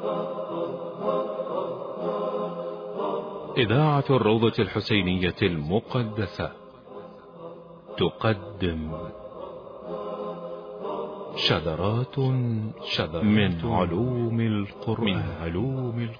إذاعة الروضة الحسينية المقدسة تقدم شذرات من علوم القرآن.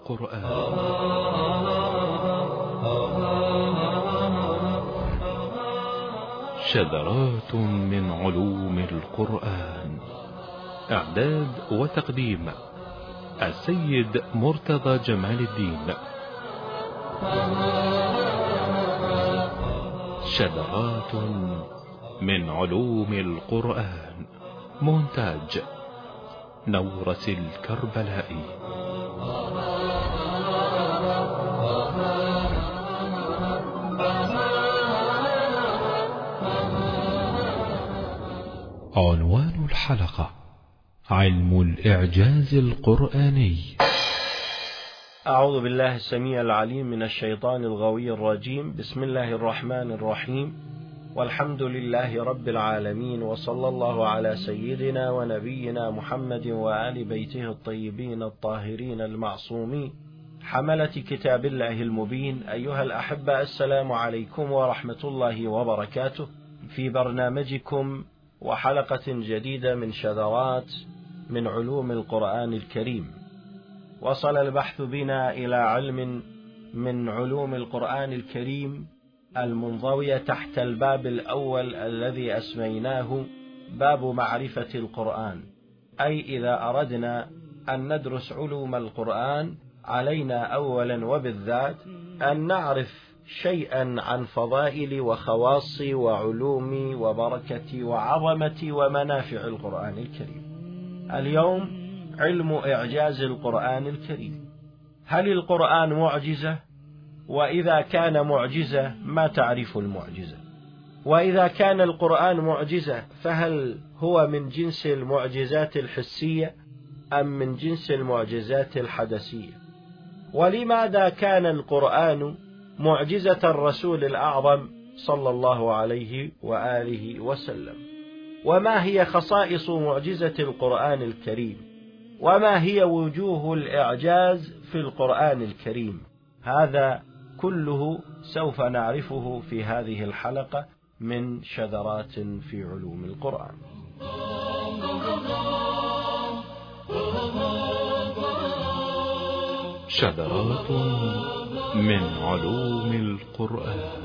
شذرات من علوم القرآن. إعداد وتقديم السيد مرتضى جمال الدين. شذرات من علوم القرآن. مونتاج نورس الكربلائي. عنوان الحلقة: علم الإعجاز القرآني. أعوذ بالله السميع العليم من الشيطان الغوي الرجيم. بسم الله الرحمن الرحيم، والحمد لله رب العالمين، وصلى الله على سيدنا ونبينا محمد وآل بيته الطيبين الطاهرين المعصومين حملة كتاب الله المبين. أيها الأحبة، السلام عليكم ورحمة الله وبركاته، في برنامجكم وحلقة جديدة من شذرات من علوم القرآن الكريم. وصل البحث بنا إلى علم من علوم القرآن الكريم المنضوية تحت الباب الأول الذي أسميناه باب معرفة القرآن. أي إذا أردنا أن ندرس علوم القرآن علينا أولا وبالذات أن نعرف شيئا عن فضائل وخواص وعلوم وبركة وعظمة ومنافع القرآن الكريم. اليوم علم إعجاز القرآن الكريم. هل القرآن معجزة؟ وإذا كان معجزة ما تعرف المعجزة؟ وإذا كان القرآن معجزة فهل هو من جنس المعجزات الحسية أم من جنس المعجزات الحدثية؟ ولماذا كان القرآن معجزة الرسول الأعظم صلى الله عليه وآله وسلم؟ وما هي خصائص معجزة القرآن الكريم؟ وما هي وجوه الإعجاز في القرآن الكريم؟ هذا كله سوف نعرفه في هذه الحلقة من شذرات في علوم القرآن. شذرات من علوم القرآن.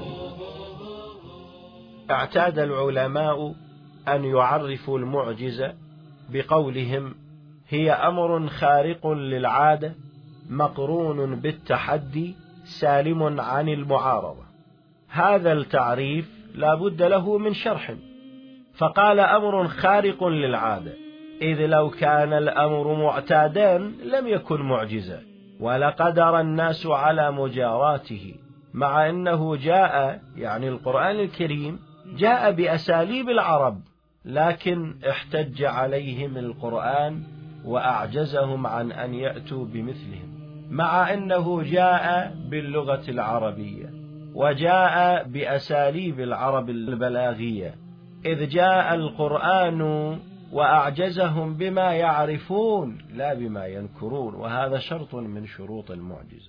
اعتاد العلماء أن يعرفوا المعجزة بقولهم: هي أمر خارق للعادة مقرون بالتحدي سالم عن المعارضة. هذا التعريف لا بد له من شرح. فقال أمر خارق للعادة، إذ لو كان الأمر معتادا لم يكن معجزة ولقدر الناس على مجاراته، مع أنه جاء، يعني القرآن الكريم جاء بأساليب العرب، لكن احتج عليهم القرآن وأعجزهم عن أن يأتوا بمثلهم، مع أنه جاء باللغة العربية وجاء بأساليب العرب البلاغية، إذ جاء القرآن وأعجزهم بما يعرفون لا بما ينكرون، وهذا شرط من شروط المعجزة.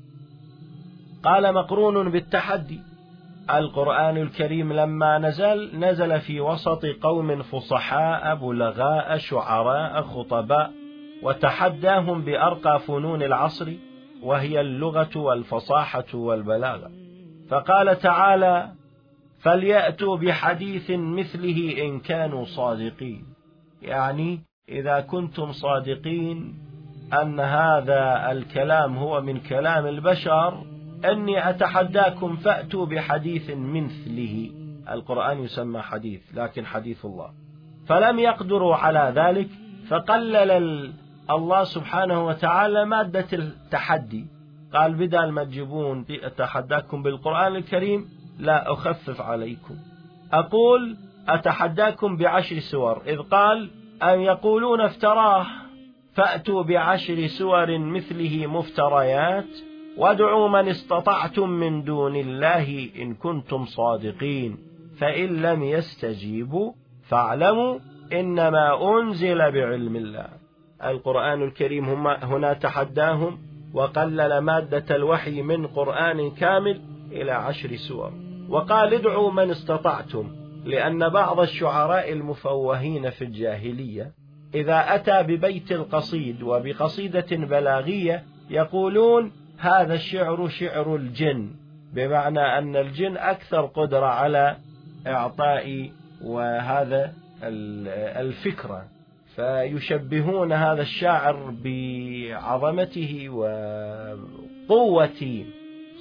قال مقرون بالتحدي. القرآن الكريم لما نزل في وسط قوم فصحاء بلغاء شعراء خطباء، وتحداهم بأرقى فنون العصر وهي اللغة والفصاحة والبلاغة. فقال تعالى: فليأتوا بحديث مثله إن كانوا صادقين. يعني إذا كنتم صادقين أن هذا الكلام هو من كلام البشر، أني أتحداكم فأتوا بحديث مثله. القرآن يسمى حديث، لكن حديث الله. فلم يقدروا على ذلك، فقلل الله سبحانه وتعالى مادة التحدي. قال: بدل ما تجيبون أتحداكم بالقرآن الكريم، لا أخفف عليكم، أقول أتحداكم ب10 سور. إذ قال: أن يقولون افتراه، فأتوا ب10 سور مثله مفتريات وادعوا من استطعتم من دون الله إن كنتم صادقين، فإن لم يستجيبوا فاعلموا إنما أنزل بعلم الله. القرآن الكريم هنا تحداهم وقلل مادة الوحي من قرآن كامل إلى 10 سور، وقال ادعوا من استطعتم، لأن بعض الشعراء المفوهين في الجاهلية إذا أتى ببيت القصيد وبقصيدة بلاغية يقولون هذا الشعر شعر الجن، بمعنى أن الجن أكثر قدرة على إعطاء وهذا الفكرة، فيشبهون هذا الشاعر بعظمته وقوة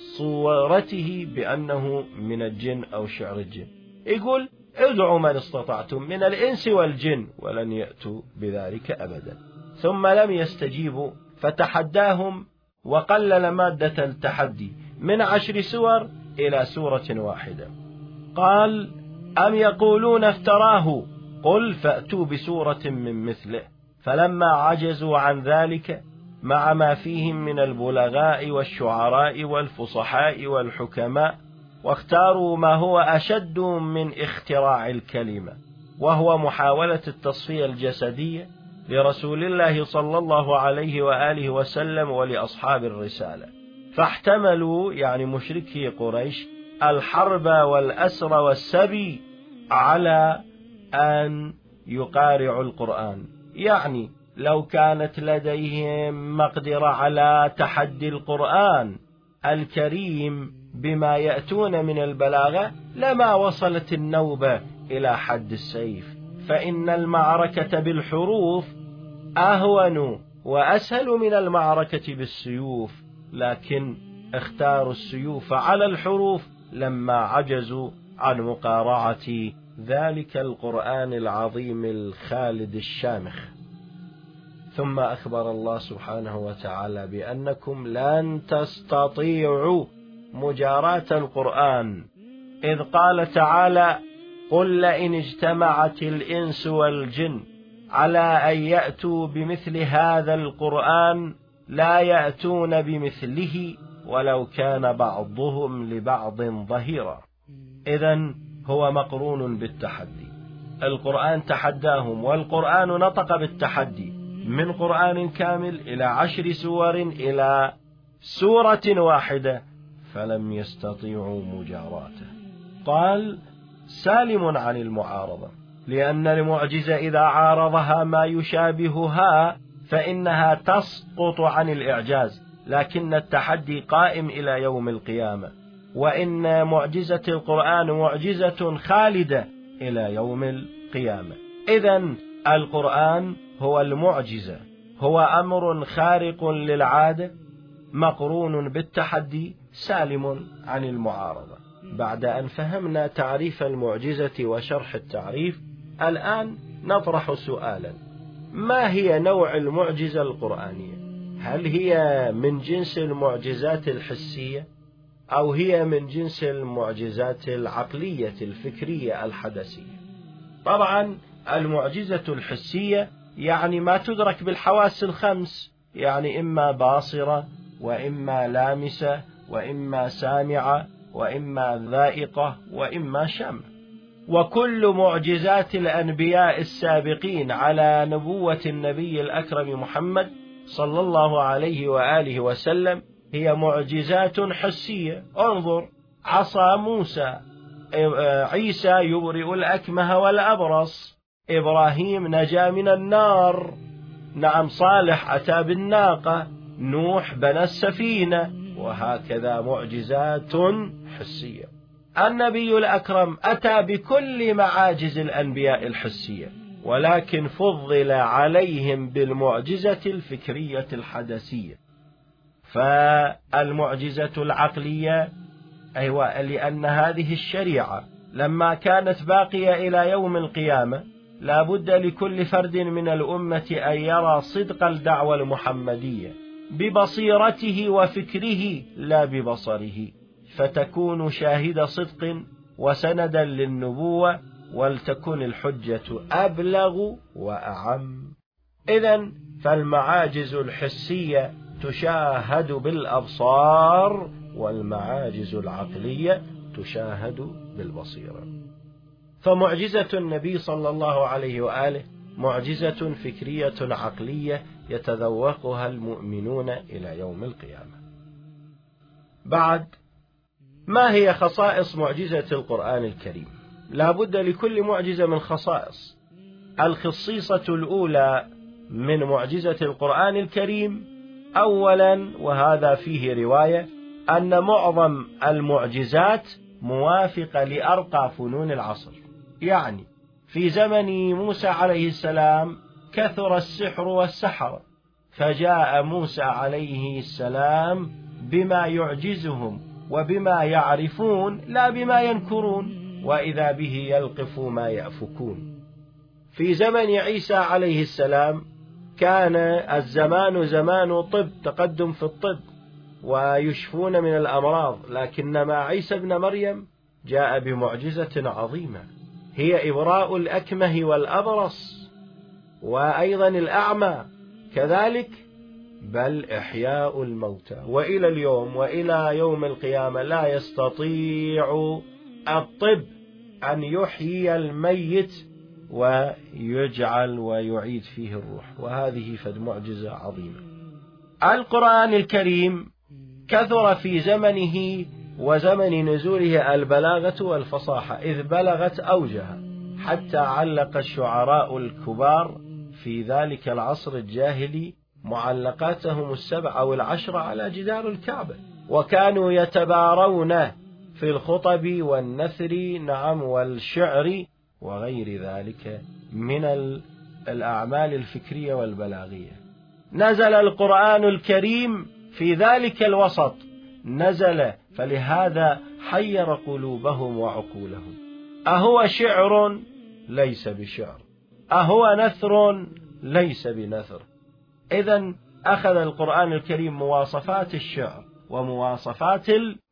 صورته بأنه من الجن أو شعر الجن. يقول ادعوا من استطعتم من الإنس والجن ولن يأتوا بذلك أبدا. ثم لم يستجيبوا فتحداهم وقلل مادة التحدي من 10 سور إلى سورة واحدة. قال أم يقولون افتراه قل فأتوا بسورة من مثله. فلما عجزوا عن ذلك مع ما فيهم من البلغاء والشعراء والفصحاء والحكماء، واختاروا ما هو أشد من اختراع الكلمة، وهو محاولة التصفية الجسدية لرسول الله صلى الله عليه وآله وسلم ولأصحاب الرسالة، فاحتملوا يعني مشركي قريش الحرب والأسر والسبي على أن يقارعوا القرآن. يعني لو كانت لديهم مقدرة على تحدي القرآن الكريم بما يأتون من البلاغة لما وصلت النوبة إلى حد السيف، فإن المعركة بالحروف أهون وأسهل من المعركة بالسيوف، لكن اختاروا السيوف على الحروف لما عجزوا عن مقارعة ذلك القرآن العظيم الخالد الشامخ. ثم أخبر الله سبحانه وتعالى بأنكم لن تستطيعوا مجاراة القرآن، إذ قال تعالى قل لئن اجتمعت الإنس والجن على أن يأتوا بمثل هذا القرآن لا يأتون بمثله ولو كان بعضهم لبعض ظهيرا. إذن هو مقرون بالتحدي. القرآن تحداهم والقرآن نطق بالتحدي من قرآن كامل إلى 10 سور إلى سورة واحدة، فلم يستطيعوا مجاراته. قال سالم عن المعارضة، لأن المعجزة إذا عارضها ما يشابهها فإنها تسقط عن الإعجاز، لكن التحدي قائم إلى يوم القيامة، وإن معجزة القرآن معجزة خالدة إلى يوم القيامة. إذن القرآن هو المعجزة، هو أمر خارق للعادة مقرون بالتحدي سالم عن المعارضة. بعد أن فهمنا تعريف المعجزة وشرح التعريف، الآن نطرح سؤالا: ما هي نوع المعجزة القرآنية؟ هل هي من جنس المعجزات الحسية أو هي من جنس المعجزات العقلية الفكرية الحدثية؟ طبعا المعجزة الحسية يعني ما تدرك بالحواس الخمس، يعني إما باصرة وإما لامسة وإما سامعة وإما ذائقة وإما شم. وكل معجزات الأنبياء السابقين على نبوة النبي الأكرم محمد صلى الله عليه وآله وسلم هي معجزات حسية. انظر عصا موسى، عيسى يبرئ الأكمه والأبرص، إبراهيم نجا من النار، نعم صالح أتى بالناقة، نوح بنى السفينة، وهكذا معجزات حسية. النبي الأكرم أتى بكل معاجز الأنبياء الحسية، ولكن فضل عليهم بالمعجزة الفكرية الحدثية. فالمعجزة العقلية أيوة، لأن هذه الشريعة لما كانت باقية إلى يوم القيامة لا بد لكل فرد من الأمة أن يرى صدق الدعوة المحمدية ببصيرته وفكره لا ببصره، فتكون شاهد صدق وسندا للنبوة، ولتكن الحجة أبلغ وأعم. إذن فالمعاجز الحسية تشاهد بالأبصار، والمعاجز العقلية تشاهد بالبصيرة. فمعجزة النبي صلى الله عليه وآله معجزة فكرية عقلية يتذوقها المؤمنون إلى يوم القيامة. بعد، ما هي خصائص معجزة القرآن الكريم؟ لا بد لكل معجزة من خصائص. الخصيصة الأولى من معجزة القرآن الكريم أولا، وهذا فيه رواية، أن معظم المعجزات موافقة لأرقى فنون العصر. يعني في زمن موسى عليه السلام كثر السحر والسحرة، فجاء موسى عليه السلام بما يعجزهم وبما يعرفون لا بما ينكرون، وإذا به يلقف ما يأفكون. في زمن عيسى عليه السلام كان الزمان زمان طب، تقدم في الطب ويشفون من الأمراض، لكنما عيسى ابن مريم جاء بمعجزة عظيمة، هي إبراء الأكمه والأبرص وأيضا الأعمى كذلك، بل إحياء الموتى. وإلى اليوم وإلى يوم القيامة لا يستطيع الطب أن يحيي الميت ويجعل ويعيد فيه الروح، وهذه فد معجزة عظيمة. القرآن الكريم كثر في زمنه وزمن نزوله البلاغة والفصاحة، إذ بلغت أوجها، حتى علق الشعراء الكبار في ذلك العصر الجاهلي معلقاتهم 7 أو 10 على جدار الكعبة، وكانوا يتبارون في الخطب والنثر والشعر وغير ذلك من الأعمال الفكرية والبلاغية. نزل القرآن الكريم في ذلك الوسط، نزل فلهذا حير قلوبهم وعقولهم. أهو شعر؟ ليس بشعر. أهو نثر؟ ليس بنثر. إذن أخذ القرآن الكريم مواصفات الشعر ومواصفات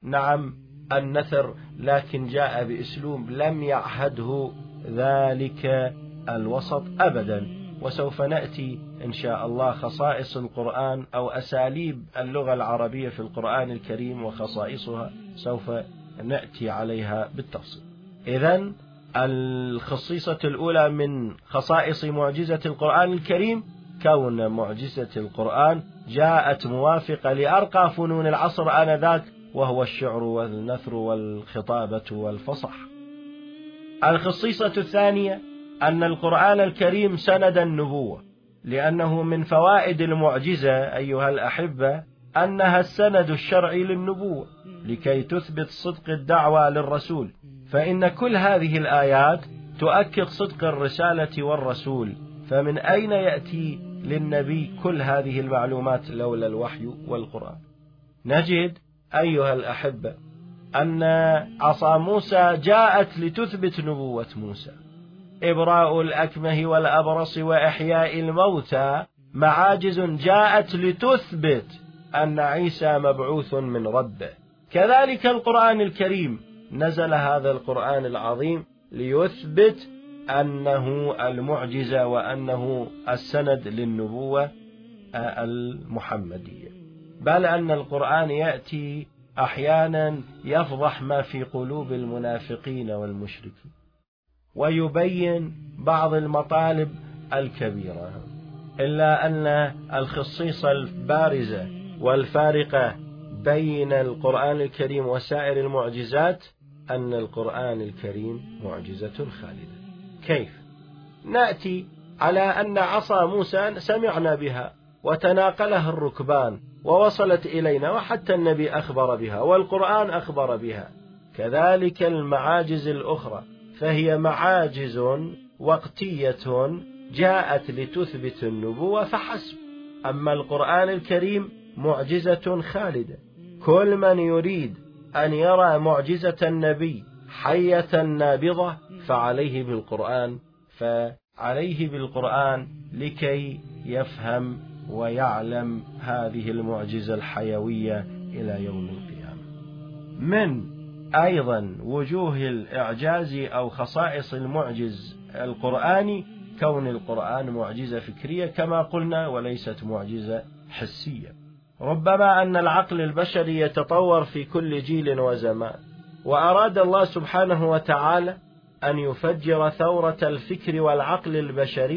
النثر، لكن جاء بأسلوب لم يعهده ذلك الوسط أبدا. وسوف نأتي إن شاء الله خصائص القرآن أو أساليب اللغة العربية في القرآن الكريم وخصائصها، سوف نأتي عليها بالتفصيل. إذن الخصيصة الأولى من خصائص معجزة القرآن الكريم كون معجزة القرآن جاءت موافقة لأرقى فنون العصر آنذاك، وهو الشعر والنثر والخطابة والفصح. الخصيصة الثانية أن القرآن الكريم سند النبوة، لأنه من فوائد المعجزة أيها الأحبة أنها السند الشرعي للنبوة لكي تثبت صدق الدعوة للرسول، فإن كل هذه الآيات تؤكد صدق الرسالة والرسول، فمن أين يأتي للنبي كل هذه المعلومات لولا الوحي والقرآن؟ نجد أيها الأحبة أن عصا موسى جاءت لتثبت نبوة موسى، إبراء الأكمه والأبرص وإحياء الموتى معاجز جاءت لتثبت أن عيسى مبعوث من ربه. كذلك القرآن الكريم نزل هذا القرآن العظيم ليثبت أنه المعجزة وأنه السند للنبوة المحمدية، بل أن القرآن يأتي أحيانا يفضح ما في قلوب المنافقين والمشركين ويبين بعض المطالب الكبيرة. إلا أن الخصيصة البارزة والفارقة بين القرآن الكريم وسائر المعجزات أن القرآن الكريم معجزة خالدة. كيف؟ نأتي على أن عصا موسى سمعنا بها وتناقلها الركبان ووصلت إلينا، وحتى النبي أخبر بها والقرآن أخبر بها. كذلك المعاجز الأخرى فهي معاجز وقتية جاءت لتثبت النبوة فحسب. أما القرآن الكريم معجزة خالدة، كل من يريد أن يرى معجزة النبي حية نابضة فعليه بالقرآن لكي يفهم ويعلم هذه المعجزة الحيوية إلى يوم القيامة. من أيضا وجوه الإعجاز أو خصائص المعجز القرآني كون القرآن معجزة فكرية كما قلنا وليست معجزة حسية. ربما أن العقل البشري يتطور في كل جيل وزمان، وأراد الله سبحانه وتعالى أن يفجر ثورة الفكر والعقل البشري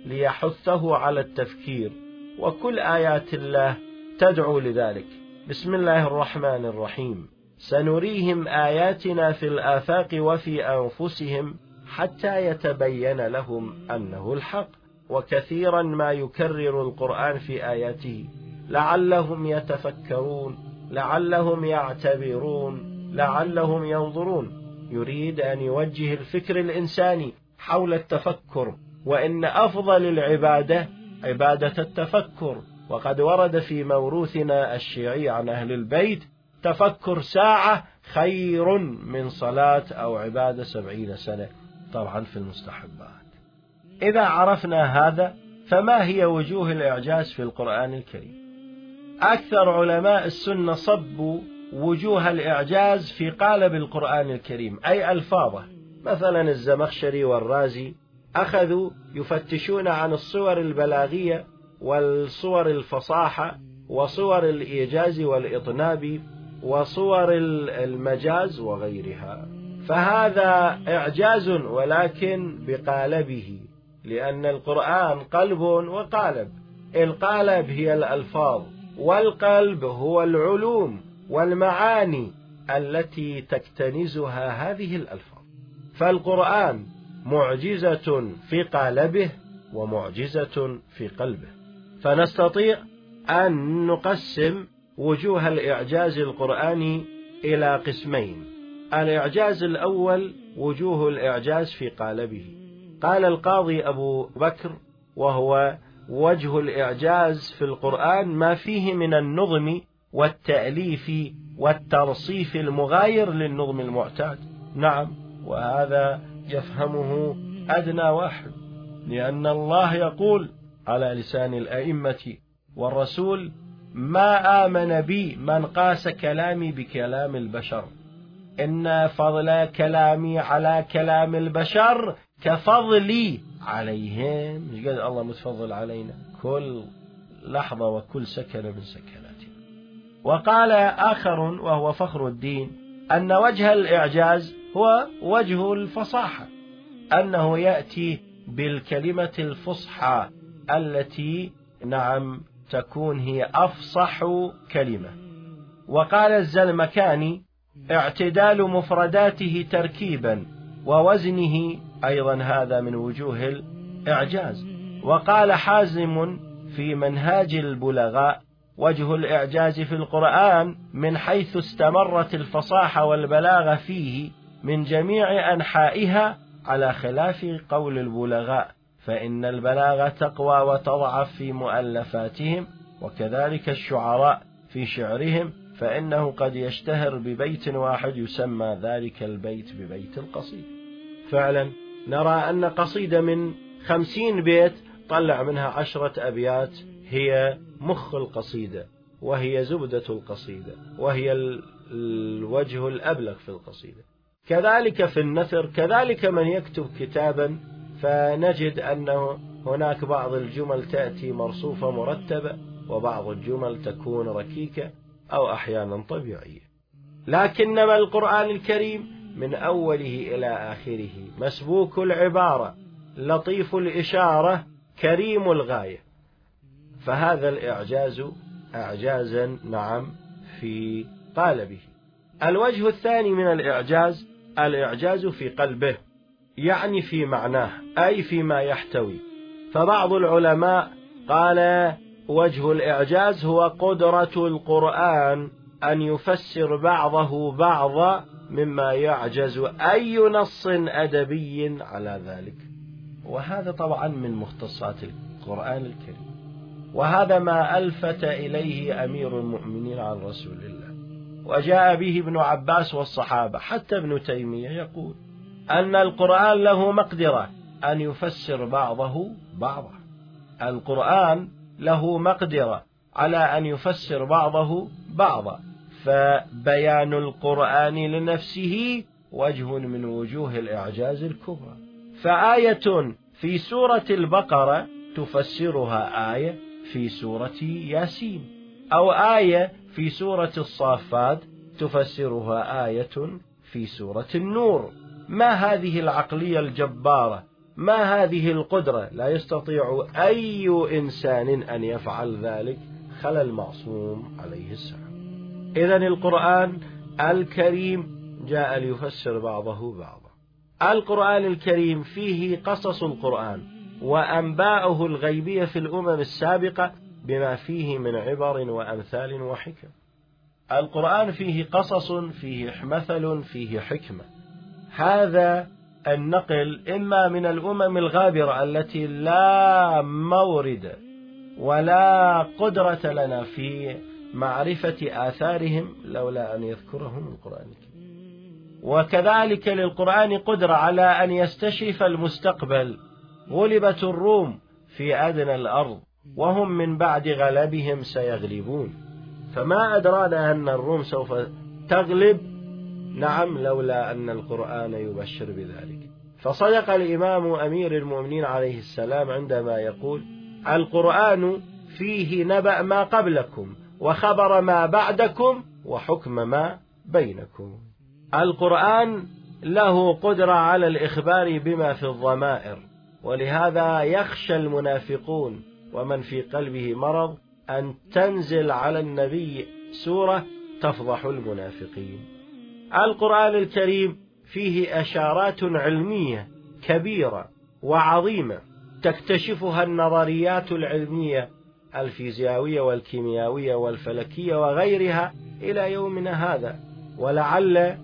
ليحثه على التفكير، وكل آيات الله تدعو لذلك. بسم الله الرحمن الرحيم: سنريهم آياتنا في الآفاق وفي أنفسهم حتى يتبين لهم أنه الحق. وكثيرا ما يكرر القرآن في آياته لعلهم يتفكرون، لعلهم يعتبرون، لعلهم ينظرون. يريد أن يوجه الفكر الإنساني حول التفكر، وإن أفضل العبادة عبادة التفكر. وقد ورد في موروثنا الشيعي عن أهل البيت: تفكر ساعة خير من صلاة أو عبادة 70 سنة، طبعا في المستحبات. إذا عرفنا هذا، فما هي وجوه الإعجاز في القرآن الكريم؟ أكثر علماء السنة صبوا وجوه الإعجاز في قالب القرآن الكريم، أي ألفاظه. مثلا الزمخشري والرازي أخذوا يفتشون عن الصور البلاغية والصور الفصاحة وصور الإيجاز والإطناب وصور المجاز وغيرها، فهذا إعجاز ولكن بقالبه، لأن القرآن قلب وقالب. القالب هي الألفاظ، والقلب هو العلوم والمعاني التي تكتنزها هذه الألفاظ. فالقرآن معجزة في قالبه ومعجزة في قلبه. فنستطيع أن نقسم وجوه الإعجاز القرآني إلى قسمين. الإعجاز الأول وجوه الإعجاز في قالبه. قال القاضي أبو بكر: وهو وجه الإعجاز في القرآن ما فيه من النظم والتأليف والترصيف المغاير للنظم المعتاد. نعم، وهذا يفهمه أدنى واحد، لأن الله يقول على لسان الأئمة والرسول: ما آمن بي من قاس كلامي بكلام البشر، إن فضل كلامي على كلام البشر كفضلي عليهم. مش قال الله متفضل علينا كل لحظة وكل سكنة من سكناتنا. وقال آخر وهو فخر الدين أن وجه الإعجاز هو وجه الفصاحة، أنه يأتي بالكلمة الفصحى التي نعم تكون هي أفصح كلمة. وقال الزلمكاني: اعتدال مفرداته تركيبا ووزنه أيضا هذا من وجوه الإعجاز. وقال حازم في منهاج البلغاء: وجه الإعجاز في القرآن من حيث استمرت الفصاحة والبلاغة فيه من جميع أنحائها، على خلاف قول البلغاء، فإن البلاغة تقوى وتضعف في مؤلفاتهم، وكذلك الشعراء في شعرهم، فإنه قد يشتهر ببيت واحد يسمى ذلك البيت ببيت القصيدة. فعلا نرى أن قصيدة من 50 بيت طلع منها 10 أبيات هي مخ القصيدة، وهي زبدة القصيدة، وهي الوجه الأبلغ في القصيدة. كذلك في النثر، كذلك من يكتب كتابا فنجد أنه هناك بعض الجمل تأتي مرصوفة مرتبة، وبعض الجمل تكون ركيكة أو أحيانا طبيعية. لكنما القرآن الكريم من أوله إلى آخره مسبوك العبارة، لطيف الإشارة، كريم الغاية. فهذا الإعجاز إعجازا نعم في قالبه. الوجه الثاني من الإعجاز الإعجاز في قلبه، يعني في معناه، أي فيما يحتوي. فبعض العلماء قال وجه الإعجاز هو قدرة القرآن أن يفسر بعضه بعضا مما يعجز أي نص أدبي على ذلك. وهذا طبعا من مختصات القرآن الكريم، وهذا ما ألفت إليه أمير المؤمنين عن رسول الله، وجاء به ابن عباس والصحابة. حتى ابن تيمية يقول أن القرآن له مقدرة أن يفسر بعضه بعضا. القرآن له مقدرة على أن يفسر بعضه بعضا، فبيان القرآن لنفسه وجه من وجوه الإعجاز الكبرى. فآية في سورة البقرة تفسرها آية في سورة ياسين، أو آية في سورة الصافات تفسرها آية في سورة النور. ما هذه العقلية الجبارة ما هذه القدرة؟ لا يستطيع أي إنسان أن يفعل ذلك خلا المعصوم عليه السلام. إذن القرآن الكريم جاء ليفسر بعضه بعضا. القرآن الكريم فيه قصص القرآن وأنباؤه الغيبية في الأمم السابقة بما فيه من عبر وأمثال وحكم. القرآن فيه قصص، فيه مثل، فيه حكمة. هذا النقل إما من الأمم الغابرة التي لا مورد ولا قدرة لنا في معرفة آثارهم لولا أن يذكرهم القرآن الكريم، وكذلك للقرآن قدرة على أن يستشرف المستقبل. غلبت الروم في أدنى الأرض وهم من بعد غلبهم سيغلبون، فما أدرانا أن الروم سوف تغلب، نعم، لولا أن القرآن يبشر بذلك. فصدق الإمام أمير المؤمنين عليه السلام عندما يقول: القرآن فيه نبأ ما قبلكم وخبر ما بعدكم وحكم ما بينكم. القرآن له قدرة على الإخبار بما في الضمائر، ولهذا يخشى المنافقون ومن في قلبه مرض أن تنزل على النبي سورة تفضح المنافقين. القرآن الكريم فيه أشارات علمية كبيرة وعظيمة تكتشفها النظريات العلمية الفيزيائية والكيميائية والفلكية وغيرها إلى يومنا هذا. ولعل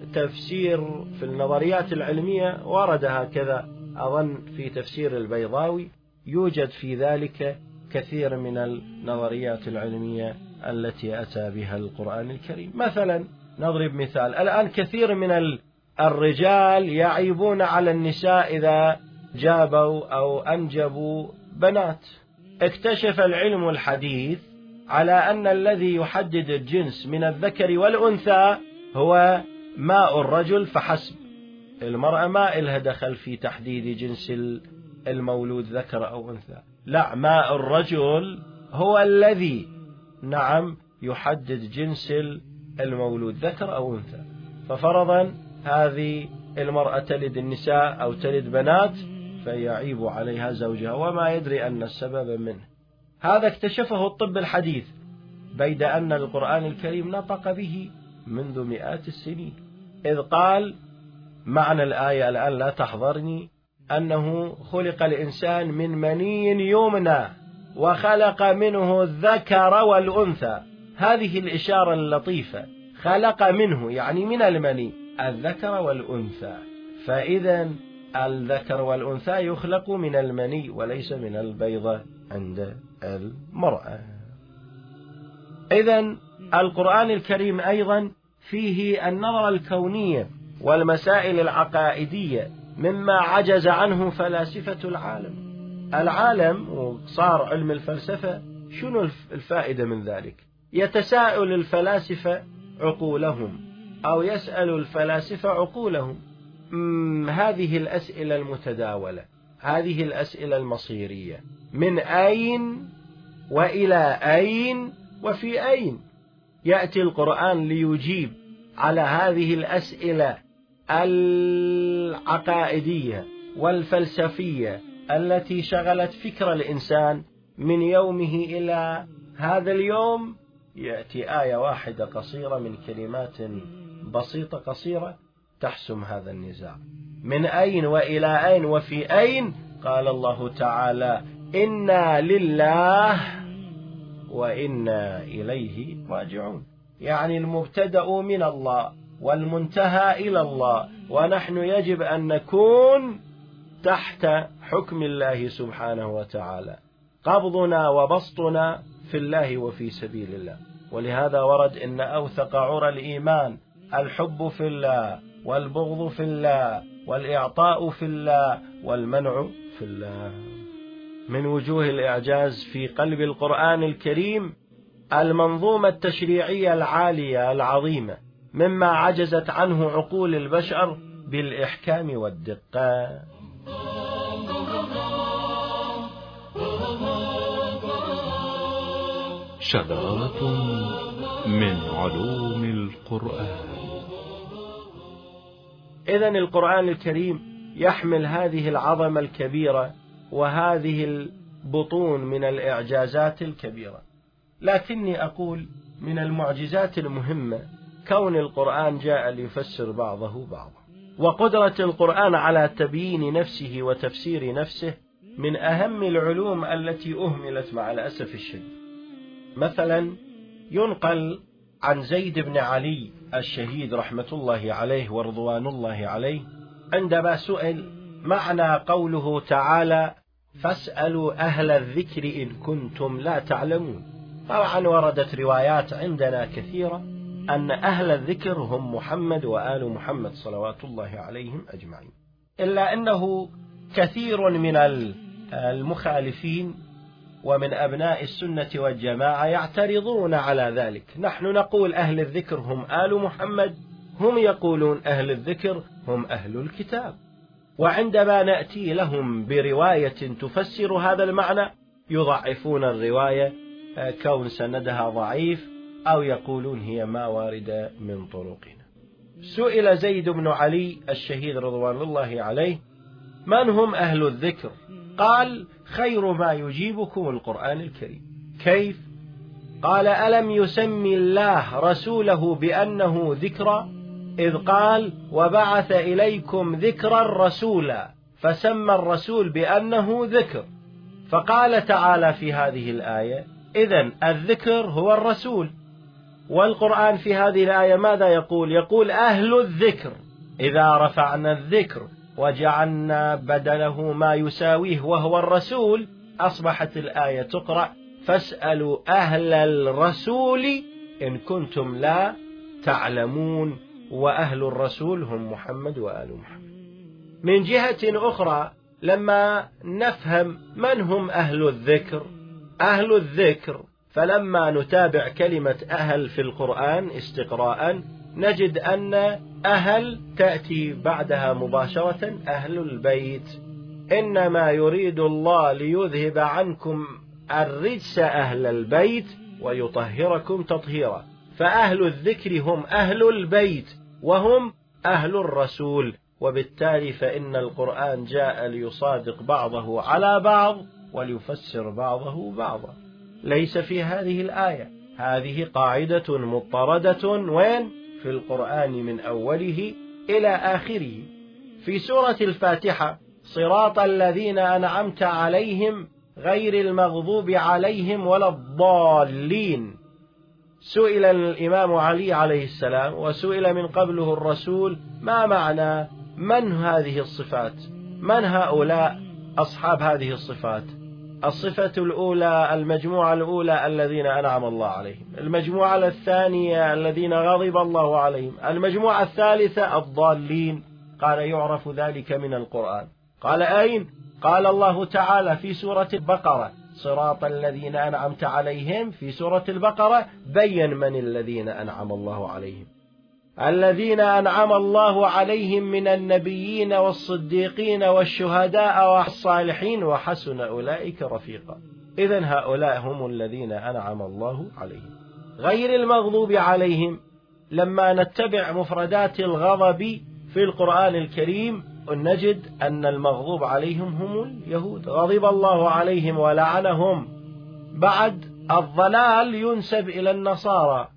تفسير في النظريات العلمية ورد هكذا، أظن في تفسير البيضاوي يوجد في ذلك كثير من النظريات العلمية التي أتى بها القرآن الكريم. مثلا نضرب مثال، الآن كثير من الرجال يعيبون على النساء إذا جابوا أو أنجبوا بنات. اكتشف العلم الحديث على أن الذي يحدد الجنس من الذكر والأنثى هو ماء الرجل فحسب. المرأة ما إلها دخل في تحديد جنس المولود ذكر أو أنثى، لا، ماء الرجل هو الذي، نعم، يحدد جنس المولود ذكر أو أنثى. ففرضا هذه المرأة تلد النساء أو تلد بنات فيعيب عليها زوجها وما يدري أن السبب منه. هذا اكتشفه الطب الحديث، بيد أن القرآن الكريم نطق به منذ مئات السنين، إذ قال معنى الآية الآن لا تحضرني أنه خلق الإنسان من مني يمنى وخلق منه الذكر والأنثى. هذه الإشارة اللطيفة، خلق منه يعني من المني الذكر والأنثى، فإذا الذكر والأنثى يخلق من المني وليس من البيضة عند المرأة. إذن القرآن الكريم أيضا فيه النظرة الكونية والمسائل العقائدية مما عجز عنه فلاسفة العالم. العالم وصار علم الفلسفة، شنو الفائدة من ذلك؟ يتساءل الفلاسفة عقولهم أو يسأل الفلاسفة عقولهم. هذه الأسئلة المتداولة، هذه الأسئلة المصيرية، من أين وإلى أين وفي أين؟ يأتي القرآن ليجيب على هذه الأسئلة العقائدية والفلسفية التي شغلت فكر الإنسان من يومه إلى هذا اليوم. يأتي آية واحدة قصيرة من كلمات بسيطة قصيرة تحسم هذا النزاع. من أين وإلى أين وفي أين؟ قال الله تعالى: إنا لله وإنا إليه راجعون، يعني المبتدأ من الله والمنتهى إلى الله، ونحن يجب أن نكون تحت حكم الله سبحانه وتعالى، قبضنا وبسطنا في الله وفي سبيل الله. ولهذا ورد إن أوثق عرى الإيمان الحب في الله والبغض في الله والإعطاء في الله والمنع في الله. من وجوه الإعجاز في قلب القرآن الكريم المنظومة التشريعية العالية العظيمة مما عجزت عنه عقول البشر بالإحكام والدقة. شذرات من علوم القرآن. إذن القرآن الكريم يحمل هذه العظمة الكبيرة وهذه البطون من الإعجازات الكبيرة. لكني أقول من المعجزات المهمة كون القرآن جاء ليفسر بعضه بعضا، وقدرة القرآن على تبيين نفسه وتفسير نفسه من أهم العلوم التي أهملت مع الأسف الشديد. مثلا ينقل عن زيد بن علي الشهيد رحمة الله عليه ورضوان الله عليه عندما سئل معنى قوله تعالى فاسألوا أهل الذكر إن كنتم لا تعلمون. طبعا وردت روايات عندنا كثيرة أن أهل الذكر هم محمد وآل محمد صلوات الله عليهم أجمعين، إلا أنه كثير من المخالفين ومن أبناء السنة والجماعة يعترضون على ذلك. نحن نقول أهل الذكر هم آل محمد، هم يقولون أهل الذكر هم أهل الكتاب. وعندما نأتي لهم برواية تفسر هذا المعنى يضعفون الرواية كون سندها ضعيف أو يقولون هي ما وارد من طرقنا. سئل زيد بن علي الشهيد رضوان الله عليه من هم أهل الذكر؟ قال خير ما يجيبكم القرآن الكريم. كيف؟ قال ألم يسم الله رسوله بأنه ذكرى إذ قال وبعث إليكم ذكرا رسولا، فسمى الرسول بأنه ذكر. فقال تعالى في هذه الآية إذن الذكر هو الرسول. والقرآن في هذه الآية ماذا يقول؟ يقول أهل الذكر. إذا رفعنا الذكر وجعلنا بدله ما يساويه وهو الرسول أصبحت الآية تقرأ فاسألوا أهل الرسول إن كنتم لا تعلمون، وأهل الرسول هم محمد وآل محمد. من جهة أخرى لما نفهم من هم أهل الذكر، أهل الذكر فلما نتابع كلمة أهل في القرآن استقراء نجد أن أهل تأتي بعدها مباشرة أهل البيت. إنما يريد الله ليذهب عنكم الرجس أهل البيت ويطهركم تطهيرا. فأهل الذكر هم أهل البيت وهم أهل الرسول، وبالتالي فإن القرآن جاء ليصادق بعضه على بعض وليفسر بعضه بعضا. ليس في هذه الآية، هذه قاعدة مضطردة وين؟ في القرآن من أوله إلى آخره. في سورة الفاتحة صراط الذين أنعمت عليهم غير المغضوب عليهم ولا الضالين. سئل الإمام علي عليه السلام وسئل من قبله الرسول ما معنى من هذه الصفات؟ من هؤلاء أصحاب هذه الصفات؟ الصفة الأولى المجموعة الأولى الذين أنعم الله عليهم، المجموعة الثانية الذين غضب الله عليهم، المجموعة الثالثة الضالين. قال يعرف ذلك من القرآن. قال أين؟ قال الله تعالى في سورة البقرة صراط الذين أنعمت عليهم. في سورة البقرة بين من الذين أنعم الله عليهم، الذين أنعم الله عليهم من النبيين والصديقين والشهداء والصالحين وحسن أولئك رفيقا. إذن هؤلاء هم الذين أنعم الله عليهم. غير المغضوب عليهم لما نتبع مفردات الغضب في القرآن الكريم نجد أن المغضوب عليهم هم اليهود غضب الله عليهم ولعنهم. بعد الضلال ينسب إلى النصارى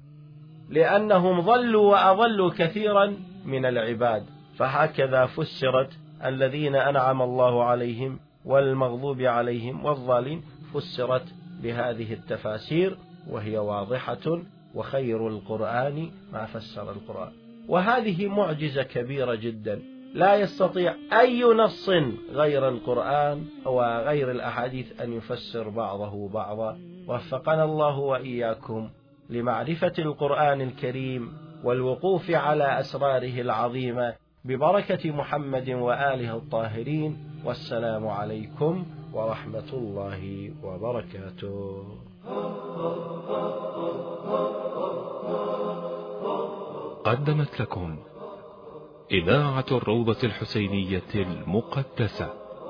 لأنهم ضلوا وأضلوا كثيرا من العباد. فهكذا فسرت الذين أنعم الله عليهم والمغضوب عليهم والضالين، فسرت بهذه التفاسير وهي واضحة، وخير القرآن ما فسر القرآن. وهذه معجزة كبيرة جدا لا يستطيع أي نص غير القرآن وغير الأحاديث أن يفسر بعضه بعضا. وفقنا الله وإياكم لمعرفة القرآن الكريم والوقوف على أسراره العظيمة ببركة محمد وآله الطاهرين. والسلام عليكم ورحمة الله وبركاته. قدمت لكم إذاعة الروضة الحسينية المقدسة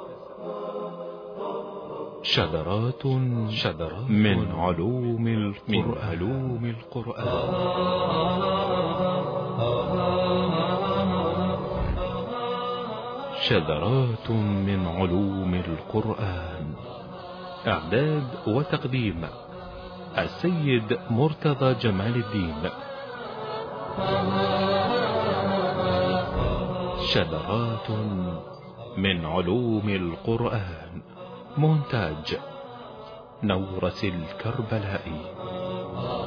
شذرات من علوم القرآن. شذرات من علوم القرآن. إعداد وتقديم السيد مرتضى جمال الدين. شذرات من علوم القرآن. مونتاج نورس الكربلائي.